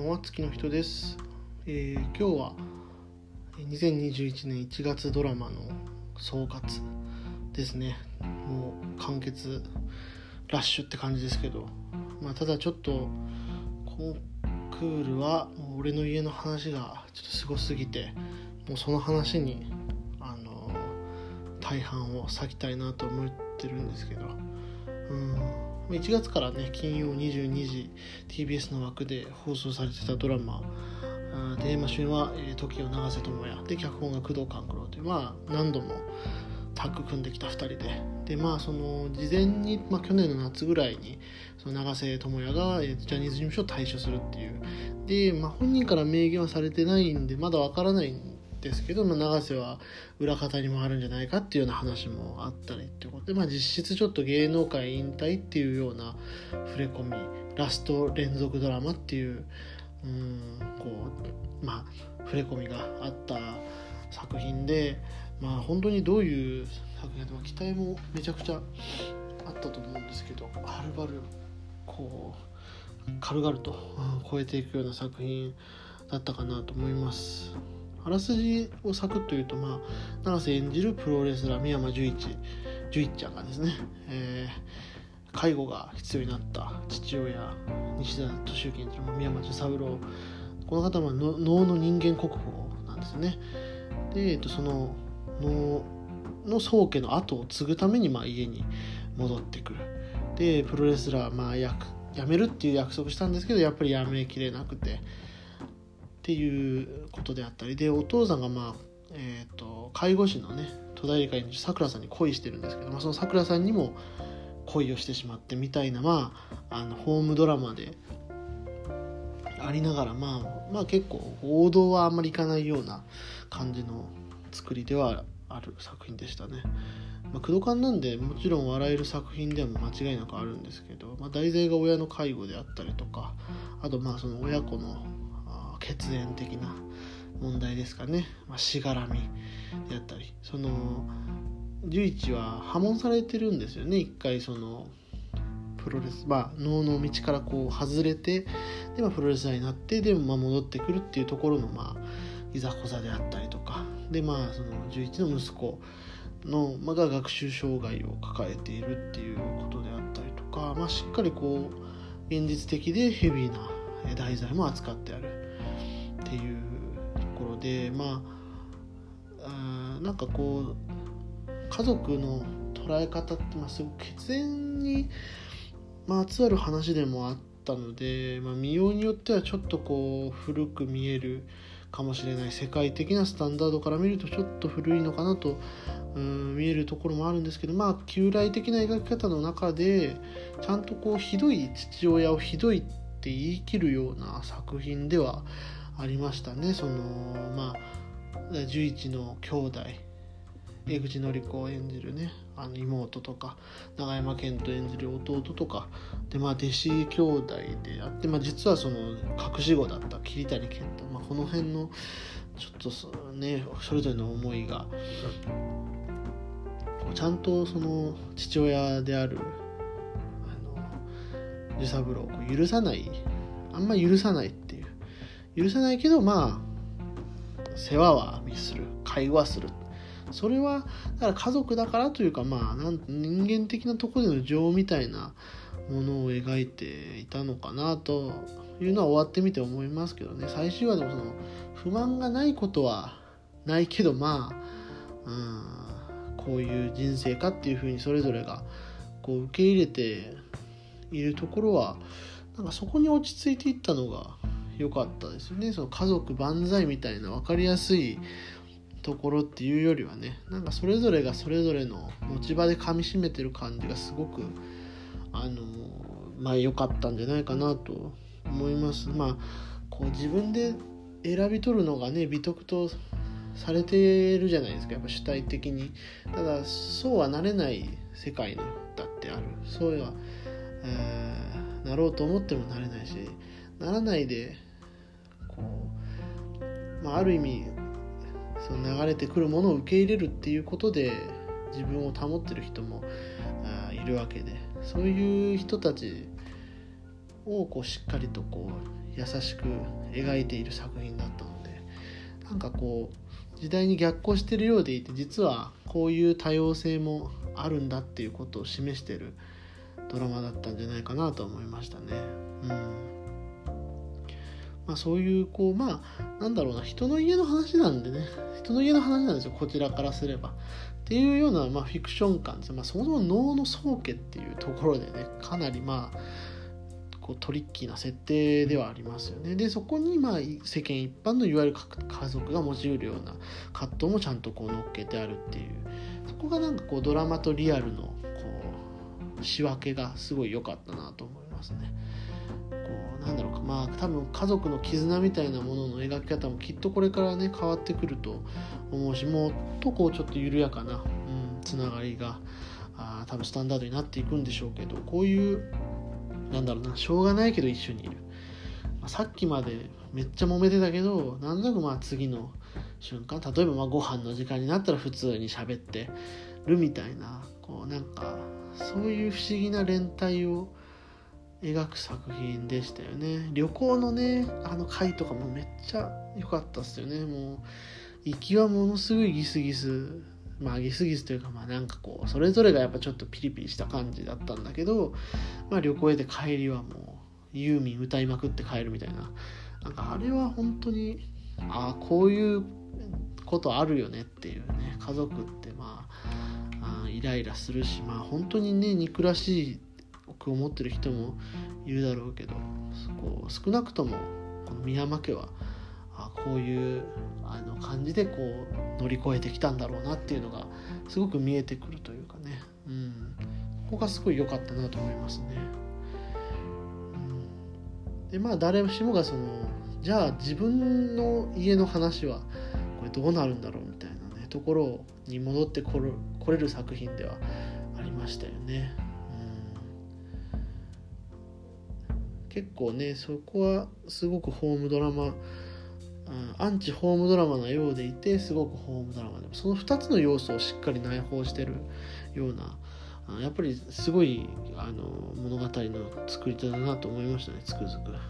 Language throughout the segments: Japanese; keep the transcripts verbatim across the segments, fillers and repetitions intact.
んは、月の人です。えー、今日はにせんにじゅういちねんいちがつドラマの総括ですね。もう完結ラッシュって感じですけど、まあ、ただちょっとコンクールはもう俺の家の話がちょっとすごすぎて、もうその話にあの大半を割きたいなと思ってるんですけど、うんいちがつからね、金曜にじゅうにじ ティービーエス の枠で放送されてたドラマで、まあ、主演は、えー、トキオ永瀬智也で、脚本が工藤官九郎という、まあ、何度もタッグ組んできたふたりで、で、まあ、その事前に、まあ、去年の夏ぐらいにその永瀬智也が、えー、ジャニーズ事務所を退所するっていうで、まあ、本人から明言はされてないんでまだわからないんですけど、まあ、永瀬は裏方に回るんじゃないかっていうような話もあったりっていうことで、まあ、実質ちょっと芸能界引退っていうような触れ込み、ラスト連続ドラマっていううーんこうまあ触れ込みがあった作品で、まあ本当にどういう作品でも期待もめちゃくちゃあったと思うんですけど、はるばるこう軽々と、うん、超えていくような作品だったかなと思います。あらすじをサクッと言うと、まあ、永瀬演じるプロレスラー三山十一十一ちゃんがですね、えー、介護が必要になった父親西田敏行演じる三山寿三郎、この方は能の人間国宝なんですね。で、えっと、その能の宗家の後を継ぐために、まあ、家に戻ってくる。でプロレスラー、まあ、や辞めるっていう約束したんですけど、やっぱり辞めきれなくてっていうことであったりで、お父さんが、まあえー、と介護士のね戸田恵梨香演じるさくらさんに恋してるんですけど、まあ、そのさくらさんにも恋をしてしまってみたいな、まあ、あのホームドラマでありながら、まあ、まあ結構王道はあんまりいかないような感じの作りではある作品でしたね。まあ、工藤館なんでもちろん笑える作品では間違いなくあるんですけど、まあ、題材が親の介護であったりとか、あとまあその親子の血縁的な問題ですかね、まあ、しがらみであったり、その十一は破門されてるんですよね。一回そのプロレス、まあ、能の道からこう外れて、で、まあ、プロレスラーになって、でもまあ戻ってくるっていうところの、まあ、いざこざであったりとかで、まあその十一の息子の、まあ、が学習障害を抱えているっていうことであったりとか、まあ、しっかりこう現実的でヘビーな題材も扱ってあるっていうところで、まあ、あなんかこう家族の捉え方って、まあ、すごく血縁にまつわる話でもあったので、まあ、見ようによってはちょっとこう古く見えるかもしれない、世界的なスタンダードから見るとちょっと古いのかなとうん見えるところもあるんですけど、まあ旧来的な描き方の中でちゃんとこうひどい父親をひどいって言い切るような作品ではありましたね。そのまあ十一の兄弟、江口のり子を演じるねあの妹とか、永山絢斗演じる弟とかで、まあ、弟子兄弟であって、まあ、実はその隠し子だった桐谷健太、まあ、この辺のちょっとそ,、ね、それぞれの思いがちゃんとその父親であるあの寿三郎を許さない、あんま許さないっていう許さないけど、まあ世話はする、介護はする、それはだから家族だからというか、まあなん人間的なところでの情みたいなものを描いていたのかなというのは終わってみて思いますけどね。最終話でもその不満がないことはないけど、まあうんこういう人生かっていうふうにそれぞれがこう受け入れているところは、なんかそこに落ち着いていったのが良かったですよね。その家族万歳みたいな分かりやすいところっていうよりはね、なんかそれぞれがそれぞれの持ち場で噛み締めてる感じがすごくあのまあ良かったんじゃないかなと思います。まあこう自分で選び取るのがね美徳とされてるじゃないですか、やっぱ主体的に。ただそうはなれない世界のだってある。そうは、えー、なろうと思ってもなれないし、ならないでこう、まあ、ある意味その流れてくるものを受け入れるっていうことで自分を保ってる人もあいるわけで、そういう人たちをこうしっかりとこう優しく描いている作品だったので、なんかこう時代に逆行しているようでいて、実はこういう多様性もあるんだっていうことを示しているドラマだったんじゃないかなと思いましたね。うんまあ、そういうこうまあなんだろうな、人の家の話なんでね、人の家の話なんですよ、こちらからすればっていうような、まあ、フィクション感です。まあ、そもそも能の宗家っていうところでね、かなりまあこうトリッキーな設定ではありますよね。でそこにまあ世間一般のいわゆる家族が持ち得るような葛藤もちゃんとこう乗っけてあるっていう、そこがなんかこうドラマとリアルのこう仕分けがすごい良かったなと思いますね。こうなんだろうか、まあ多分家族の絆みたいなものの描き方もきっとこれからね変わってくると思うし、もっとこうちょっと緩やかな、うん、つながりがあ多分スタンダードになっていくんでしょうけど、こういうなんだろうな、しょうがないけど一緒にいる、まあ、さっきまでめっちゃ揉めてたけどなんとなくまあ次の瞬間、例えばまあご飯の時間になったら普通に喋ってるみたいな、こうなんかそういう不思議な連帯を描く作品でしたよね。旅行のねあの回とかもめっちゃ良かったっすよね。もう行きはものすごいギスギス、まあギスギスというか、まあなんかこうそれぞれがやっぱちょっとピリピリした感じだったんだけど、まあ旅行へで帰りはもうユーミン歌いまくって帰るみたいな、なんかあれは本当にああこういうことあるよねっていうね。家族ってまあ、あイライラするし、まあ本当にね憎らしく思ってる人もいるだろうけど、こう少なくともこの宮山家はあこういうあの感じでこう乗り越えてきたんだろうなっていうのがすごく見えてくるというかね、うん、ここがすごい良かったなと思いますね。うん、でまあ誰しもがそのじゃあ自分の家の話はこれどうなるんだろうみたいなねところに戻ってこれ、これる作品ではありましたよね。うん、結構ねそこはすごくホームドラマ、アンチホームドラマのようでいてすごくホームドラマでもそのふたつの要素をしっかり内包してるような、やっぱりすごいあの物語の作り手だなと思いましたね、つくづく。はい、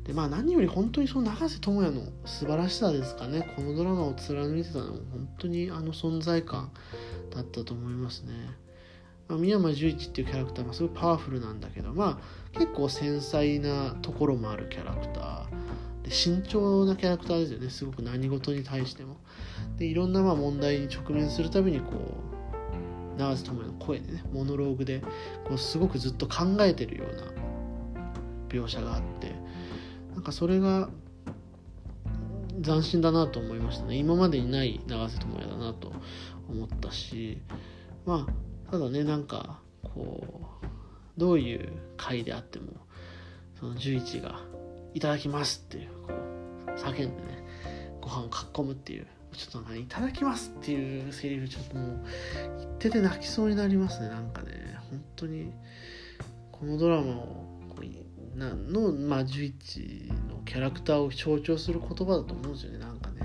でまあ何より本当にその長瀬智也の素晴らしさですかね。このドラマを貫いてたのは本当にあの存在感だったと思いますね。まあ、宮山十一っていうキャラクターがすごいパワフルなんだけど、まあ結構繊細なところもあるキャラクターで、慎重なキャラクターですよね。すごく何事に対してもでいろんなまあ問題に直面するたびにこう長瀬智也の声でねモノローグでこうすごくずっと考えてるような描写があって、なんかそれが斬新だなと思いましたね。今までにない長瀬智也だなと思ったし、まあただねなんかこうどういう回であってもその十一がいただきますっていうこう叫んでねご飯をかっこむっていう、ちょっとなんかいただきますっていうセリフちょっともう言ってて泣きそうになりますね。なんかね本当にこのドラマをこうなのまあ十一のキャラクターを象徴する言葉だと思うんですよね。なんかね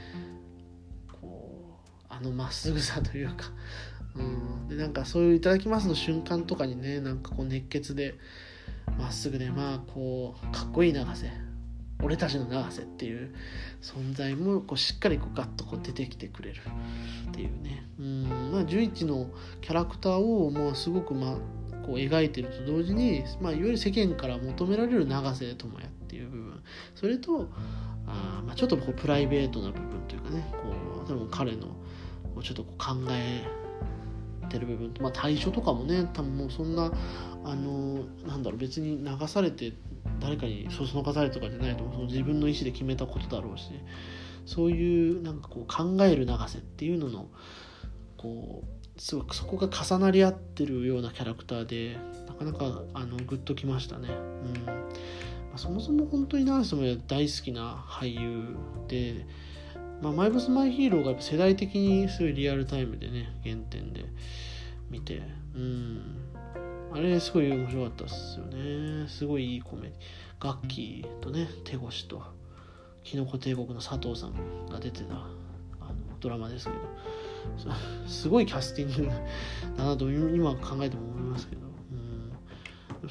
こうあのまっすぐさというか、うん、でなんかそういういただきますの瞬間とかにねなんかこう熱血でまっすぐでまあこうかっこいい永瀬、俺たちの永瀬っていう存在もこうしっかりこうガッとこう出てきてくれるっていうね、うんまあ十一のキャラクターをまあすごくまあこう描いてると同時に、まあ、いわゆる世間から求められる永瀬智也っていう部分、それとあ、まあ、ちょっとこうプライベートな部分というかね、こう多分彼のこうちょっとこう考えてる部分と、まあ、対処とかもね多分もうそんなあのなんだろう別に流されて誰かにそそのかされるとかじゃないと思う。その自分の意思で決めたことだろうし、そういうなんかこう考える永瀬っていうののこうすごくそこが重なり合ってるようなキャラクターでなかなかあのグッときましたね。うんまあ、そもそも本当に永瀬も大好きな俳優で、まあ、マイブスマイヒーローがやっぱ世代的にすごいリアルタイムでね原点で見て、うんあれすごい面白かったっすよね。すごいいいコメディ、ガッキーとね手越とキノコ帝国の佐藤さんが出てたあのドラマですけど、すごいキャスティングだなと今考えても思いますけど、うん、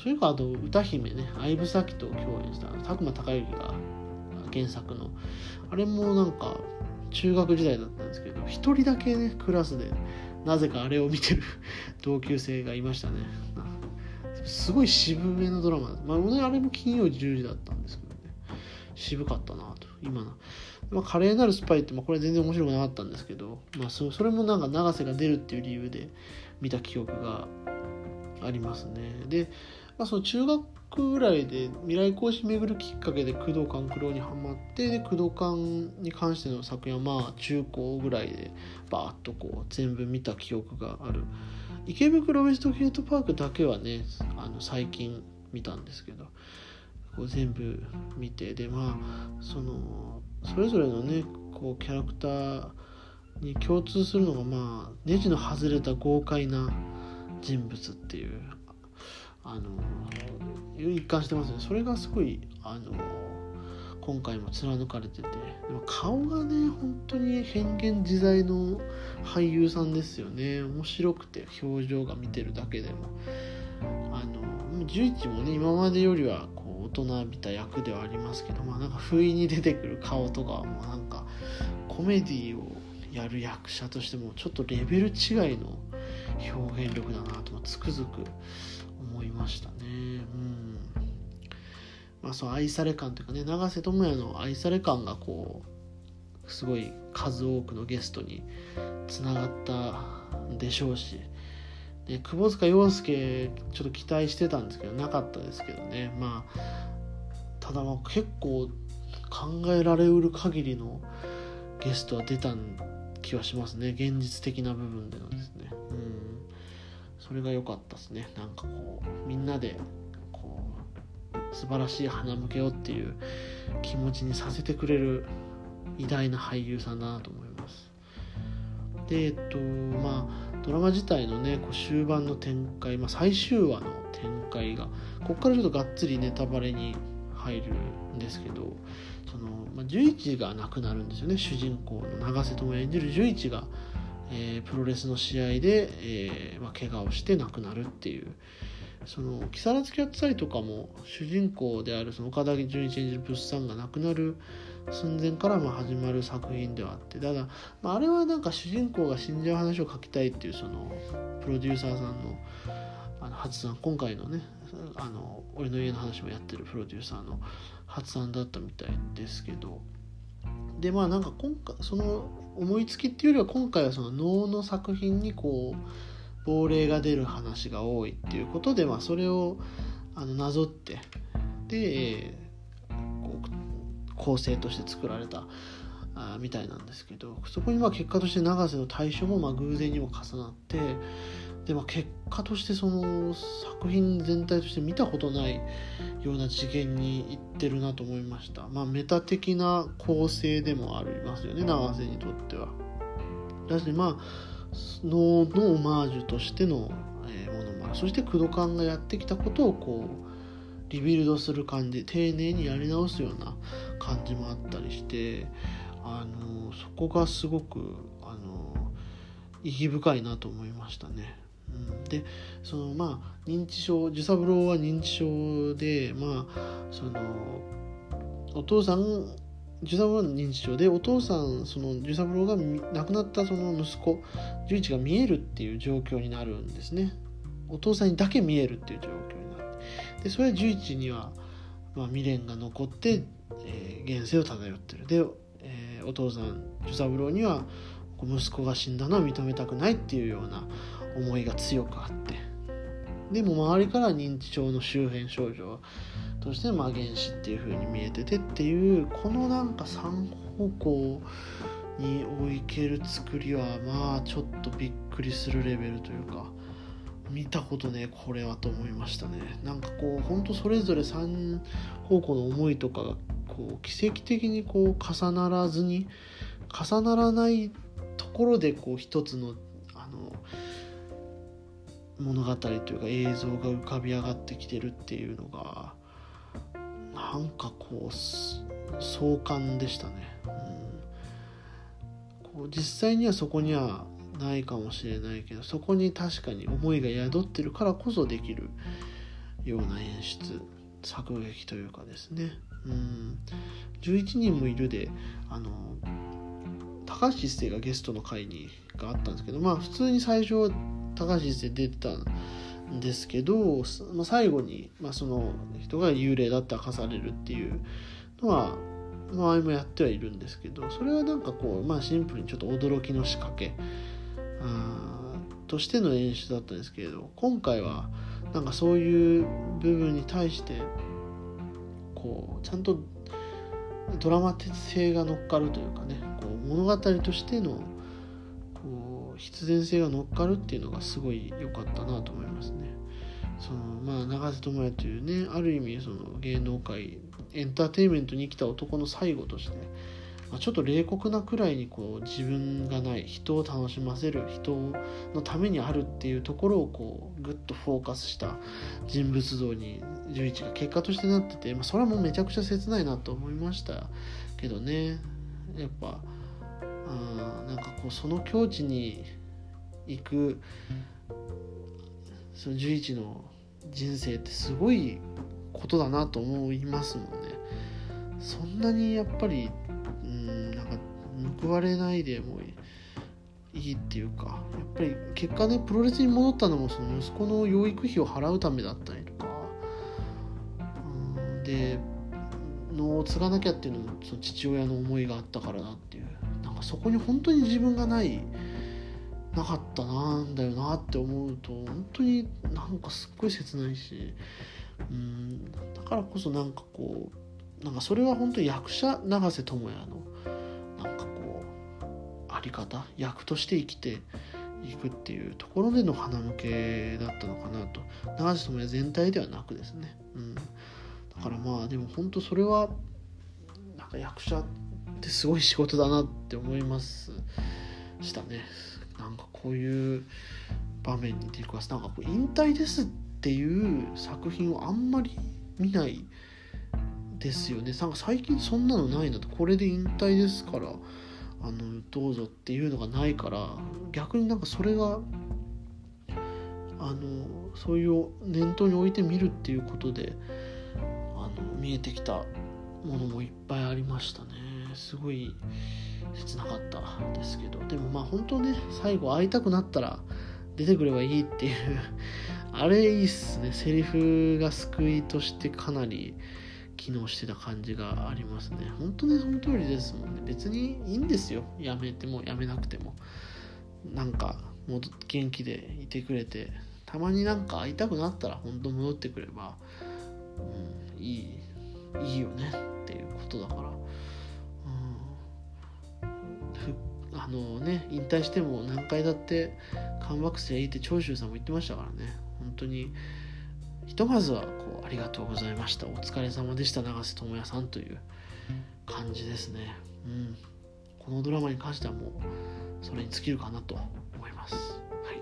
それかあと歌姫ね、相武咲と共演した佐久間孝之が原作のあれもなんか中学時代だったんですけど、一人だけねクラスでなぜかあれを見てる同級生がいましたね。すごい渋めのドラマだ、まあ、あれも金曜じゅうじだったんですけどね、渋かったなと今の、まあ、華麗なるスパイって、まあ、これ全然面白くなかったんですけど、まあ、そ, それもなんか永瀬が出るっていう理由で見た記憶がありますね。で、まあ、その中学ぐらいで未来講師巡るきっかけで宮藤官九郎にハマって、で宮藤官に関しての作品はまあ中高ぐらいでバーッとこう全部見た記憶がある。池袋ウエストゲートパークだけはねあの最近見たんですけど、こう全部見て、でまあそのそれぞれのねこうキャラクターに共通するのが、まあネジの外れた豪快な人物っていうあの一貫してますね。それがすごいあの今回も貫かれてて、でも顔がね本当に変幻自在の俳優さんですよね。面白くて表情が見てるだけでも、あのじゅういちもね今までよりはこう大人びた役ではありますけど、まあなんか不意に出てくる顔とかはもうなんかコメディをやる役者としてもちょっとレベル違いの表現力だなとつくづく思いましたね。うんまあ、その愛され感というかね、永瀬智也の愛され感がこうすごい数多くのゲストにつながったんでしょうし、で窪塚洋介ちょっと期待してたんですけどなかったですけどね。まあただまあ結構考えられうる限りのゲストは出た気はしますね、現実的な部分でのですね。うんそれが良かったですね。なんかこうみんなでこう素晴らしい花向けをっていう気持ちにさせてくれる偉大な俳優さんだなと思います。でえっとまあドラマ自体のねこう終盤の展開、まあ、最終話の展開がここからちょっとがっつりネタバレに入るんですけど、その、まあ、じゅういちが亡くなるんですよね。主人公の永瀬智也演じるじゅういちがえー、プロレスの試合で、えーまあ、怪我をして亡くなるっていう、その木更津キャッツアイとかも主人公であるその岡田准一演じる物産が亡くなる寸前からまあ始まる作品ではあって、ただ、まあ、あれはなんか主人公が死んじゃう話を書きたいっていうそのプロデューサーさんのあの発案、今回のねあの俺の家の話もやってるプロデューサーの発案だったみたいですけど、でまあなんか今回その思いつきっていうよりは今回はその能の作品にこう亡霊が出る話が多いっていうことで、まあ、それをあのなぞってでこう構成として作られたあみたいなんですけど、そこにまあ結果として永瀬の対処もまあ偶然にも重なって、で、まあ、結果としてその作品全体として見たことないような次元にいってるなと思いました。まあメタ的な構成でもありますよね、永瀬にとっては。だしまあ能のオマージュとしてのものもある。そして工藤館がやってきたことをこうリビルドする感じ、丁寧にやり直すような感じもあったりして、あのそこがすごくあの意義深いなと思いましたね。うん、でそのまあ認知症、寿三郎は認知症で、まあそのお父さん寿三郎は認知症で、お父さんその寿三郎が亡くなったその息子十一が見えるっていう状況になるんですね。お父さんにだけ見えるっていう状況になって、でそれは十一には、まあ、未練が残って、えー、現世を漂ってる。で、えー、お父さん寿三郎には息子が死んだのは認めたくないっていうような思いが強くあって、でも周りから認知症の周辺症状としてまあ原子っていう風に見えててっていう、このなんか三方向に置いける作りはまあちょっとびっくりするレベルというか、見たことねこれはと思いましたね。なんかこう本当それぞれ三方向の思いとかがこう奇跡的にこう重ならずに重ならないところでこう一つのあの物語というか映像が浮かび上がってきてるっていうのがなんかこう壮観でしたね。うん、こう実際にはそこにはないかもしれないけど、そこに確かに思いが宿ってるからこそできるような演出作劇というかですね、うんじゅういちにんもいるであの高橋一生がゲストの回にがあったんですけど、まあ普通に最初高橋一生出てたんですけど、まあ、最後に、まあ、その人が幽霊だって明かされるっていうのは前もやってはいるんですけど、それはなんかこう、まあ、シンプルにちょっと驚きの仕掛けあとしての演出だったんですけれど、今回はなんかそういう部分に対してこうちゃんとドラマ性が乗っかるというかね、こう物語としてのこう必然性が乗っかるっていうのがすごい良かったなと思いますね。そのまあ長瀬智也というね、ある意味その芸能界エンターテインメントに生きた男の最後として、まあ、ちょっと冷酷なくらいにこう自分がない、人を楽しませる、人のためにあるっていうところをこうグッとフォーカスした人物像にじゅういちが結果としてなってて、まあ、それはもうめちゃくちゃ切ないなと思いましたけどね。やっぱあなんかこうその境地に行くそのじゅういちの人生ってすごいことだなと思いますもんね。そんなにやっぱりうんなんか報われないでもいいっていうか、やっぱり結果ねプロレスに戻ったのもその息子の養育費を払うためだったりとか、うんでのを継がなきゃっていうのもその父親の思いがあったからだっていう、なんかそこに本当に自分がないなかったなんだよなって思うと本当になんかすっごい切ないし、うんだからこそなんかこうなんかそれは本当に役者長瀬智也のなんかこうあり方、役として生きていくっていうところでの花向けだったのかなと、長瀬智也全体ではなくですね、うん、だからまあでも本当それはなんか役者ってすごい仕事だなって思いますしたね。なんかこういう場面に出くわす、なんかこう引退ですっていう作品をあんまり見ないですよね。なんか最近そんなのないなと、これで引退ですからあのどうぞっていうのがないから、逆になんかそれがあのそういう念頭に置いてみるっていうことであの見えてきたものもいっぱいありましたね。すごい切なかったですけど、でもまあ本当ね最後会いたくなったら出てくればいいっていうあれいいっすね。セリフが救いとしてかなり機能してた感じがありますね。本当ねその通りですもんね。別にいいんですよ、やめてもやめなくても。なんかもう元気でいてくれて、たまになんか会いたくなったら本当戻ってくれば、うん、いいいいよねっていうことだから、うん、あのね引退しても何回だってカムバックすりゃいいって長州さんも言ってましたからね。本当にひとまずはこうありがとうございました、お疲れ様でした長瀬智也さんという感じですね、うん、このドラマに関してはもうそれに尽きるかなと思います、はい、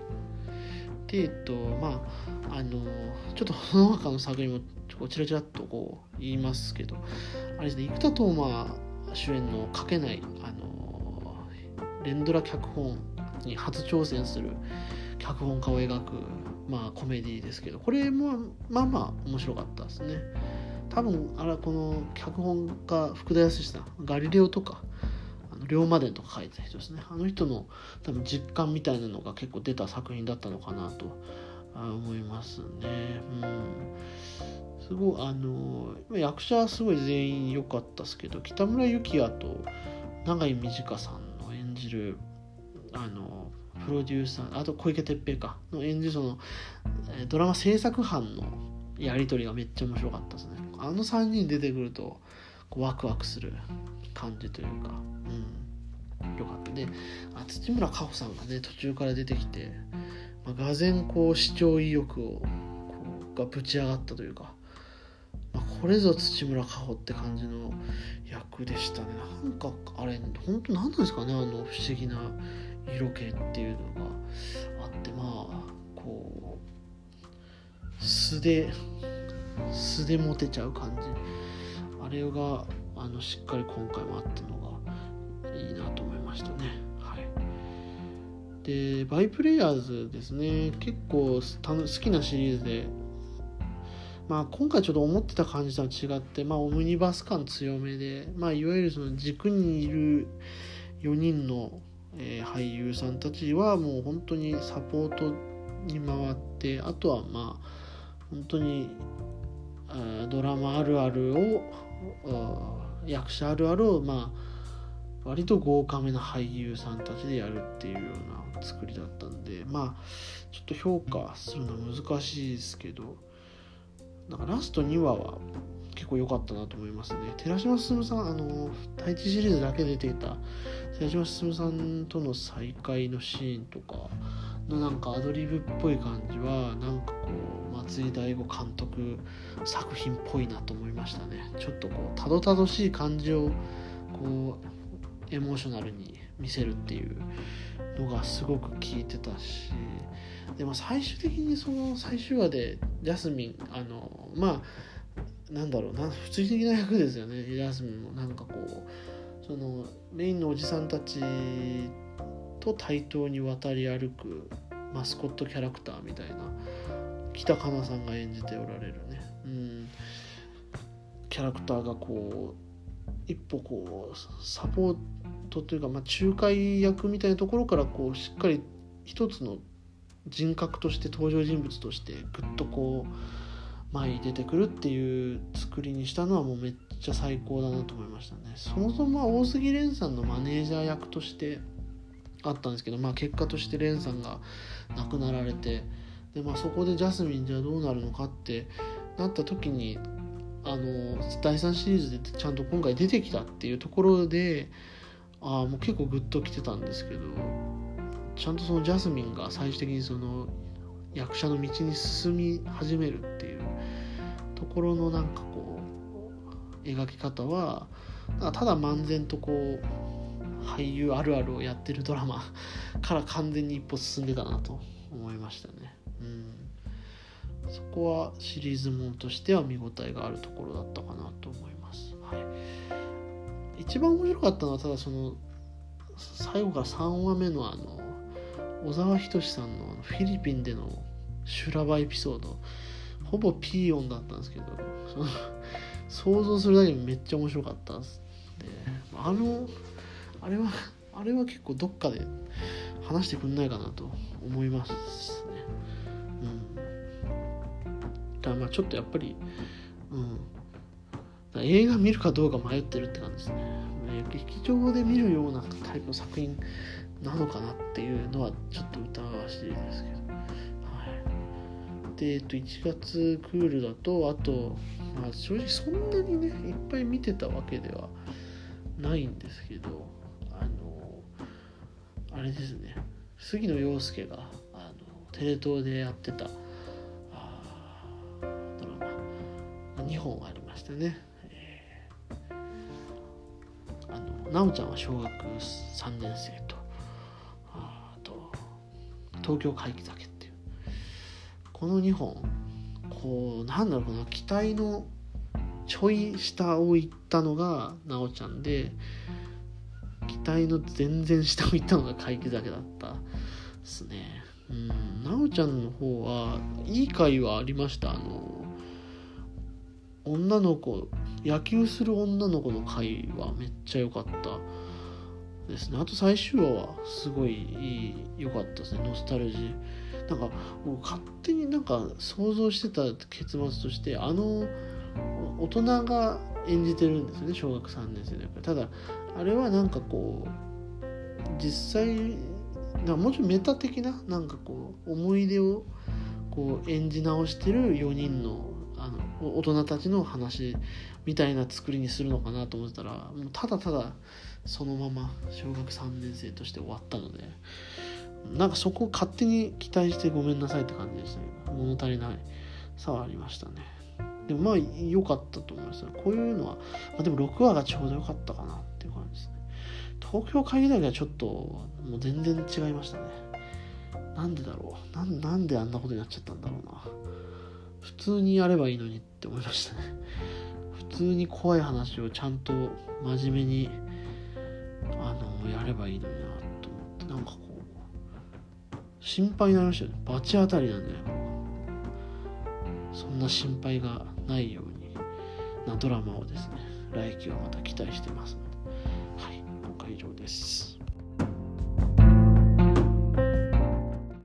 でえっとまああのちょっとその他の作品もちらちらっとこう言いますけど、あれですね、生田斗真主演の書けないあの連ドラ脚本に初挑戦する脚本家を描くまあコメディですけど、これもまあまあ面白かったですね。多分あれはこの脚本家福田康さん、ガリレオとかあの龍馬伝とか書いてた人ですね。あの人の多分実感みたいなのが結構出た作品だったのかなと思いますね。うん、すごいあの役者はすごい全員良かったですけど、北村幸也と永井美智香さんの演じるあのプロデューサー、あと小池徹平かの演じるそのドラマ制作班のやり取りがめっちゃ面白かったですね。あのさんにん出てくるとこうワクワクする感じというか、うん、よかったで、あ土村佳穂さんがね途中から出てきて、まあ、がぜんこう視聴意欲をこうがぶち上がったというか、まあ、これぞ土村佳穂って感じの役でしたね。なんかあれ本当何なんですかね、あの不思議な色気っていうのがあって、まあこう素で素でモテちゃう感じ、あれがあのしっかり今回もあったのがいいなと思いましたね。はい。でバイプレイヤーズですね、結構好きなシリーズでまあ、今回ちょっと思ってた感じとは違って、まあ、オムニバス感強めで、まあ、いわゆるその軸にいるよにんの、えー、俳優さんたちはもう本当にサポートに回って、あとはまあ本当にあドラマあるあるを役者あるあるをまあ割と豪華めな俳優さんたちでやるっていうような作りだったんで、まあちょっと評価するのは難しいですけど、なんかラストにわは結構良かったなと思いますね。寺島進さん、あの太一シリーズだけ出ていた寺島進さんとの再会のシーンとかのなんかアドリブっぽい感じはなんかこう松井大悟監督作品っぽいなと思いましたね。ちょっとこうたどたどしい感じをこうエモーショナルに見せるっていうのがすごく効いてたし、でも最終的にその最終話でジャスミンあのまあなんだろうな普通的な役ですよね。ジャスミンもなんかこうそのメインのおじさんたちと対等に渡り歩くマスコットキャラクターみたいな北かなさんが演じておられるね、うん、キャラクターがこう一歩こうサポートというか、まあ、仲介役みたいなところからこうしっかり一つの人格として登場人物としてぐっとこう前に出てくるっていう作りにしたのはもうめっちゃ最高だなと思いましたね。そもそも大杉蓮さんのマネージャー役としてあったんですけど、まあ、結果として蓮さんが亡くなられて、で、まあ、そこでジャスミンじゃあどうなるのかってなった時にあのだいさんシリーズでちゃんと今回出てきたっていうところであもう結構グッときてたんですけど、ちゃんとそのジャスミンが最終的にその役者の道に進み始めるっていうところのなんかこう描き方はただ漫然とこう俳優あるあるをやってるドラマから完全に一歩進んでたなと思いましたね、うん、そこはシリーズものとしては見応えがあるところだったかなと思います、はい、一番面白かったのはただその最後からさんわめのあの小沢仁志さんのフィリピンでの修羅場エピソード、ほぼピー音だったんですけど、その想像するだけでめっちゃ面白かったです。で、あのあれはあれは結構どっかで話してくんないかなと思いますね。うん。だからまあちょっとやっぱり、うん。映画見るかどうか迷ってるって感じですね。劇場で見るようなタイプの作品なのかなっていうのはちょっと疑わしいですけど。はい。で、えっといちがつクールだとあと、まあ正直そんなにねいっぱい見てたわけではないんですけど。あれですね、杉野遥亮があのテレ東でやってたあドラマにほんありましたね、えー、あの奈緒ちゃんは小学さんねん生とあと東京怪奇酒っていうこのにほんこうなんだろうな期待のちょい下を行ったのが奈緒ちゃんで期待の全然下を行ったのが怪奇酒だったですね。うん、奈緒ちゃんの方はいい回はありました。あの女の子野球する女の子の回はめっちゃ良かったですね。あと最終話はすごい良かったですね。ノスタルジーなんかもう勝手になんか想像してた結末としてあの大人が演じてるんですよね、小学さんねん生で。ただあれはなんかこう実際なんかもうちょいメタ的ななんかこう思い出をこう演じ直してるよにんのあの大人たちの話みたいな作りにするのかなと思ってたら、もうただただそのまま小学さんねん生として終わったので、なんかそこを勝手に期待してごめんなさいって感じでしたけど、物足りないさはありましたね。でもまあ良かったと思いますね。こういうのは、まあ、でもろくわがちょうど良かったかなっていう感じですね。東京会議だけはちょっともう全然違いましたね。なんでだろうな、なんであんなことになっちゃったんだろうな。普通にやればいいのにって思いましたね。普通に怖い話をちゃんと真面目にあのやればいいのになと思って、なんかこう心配になりましたよね。罰当たりなんじゃないかな。 そんな心配がないようになドラマをですね、来期はまた期待してますので、はい、今回以上です。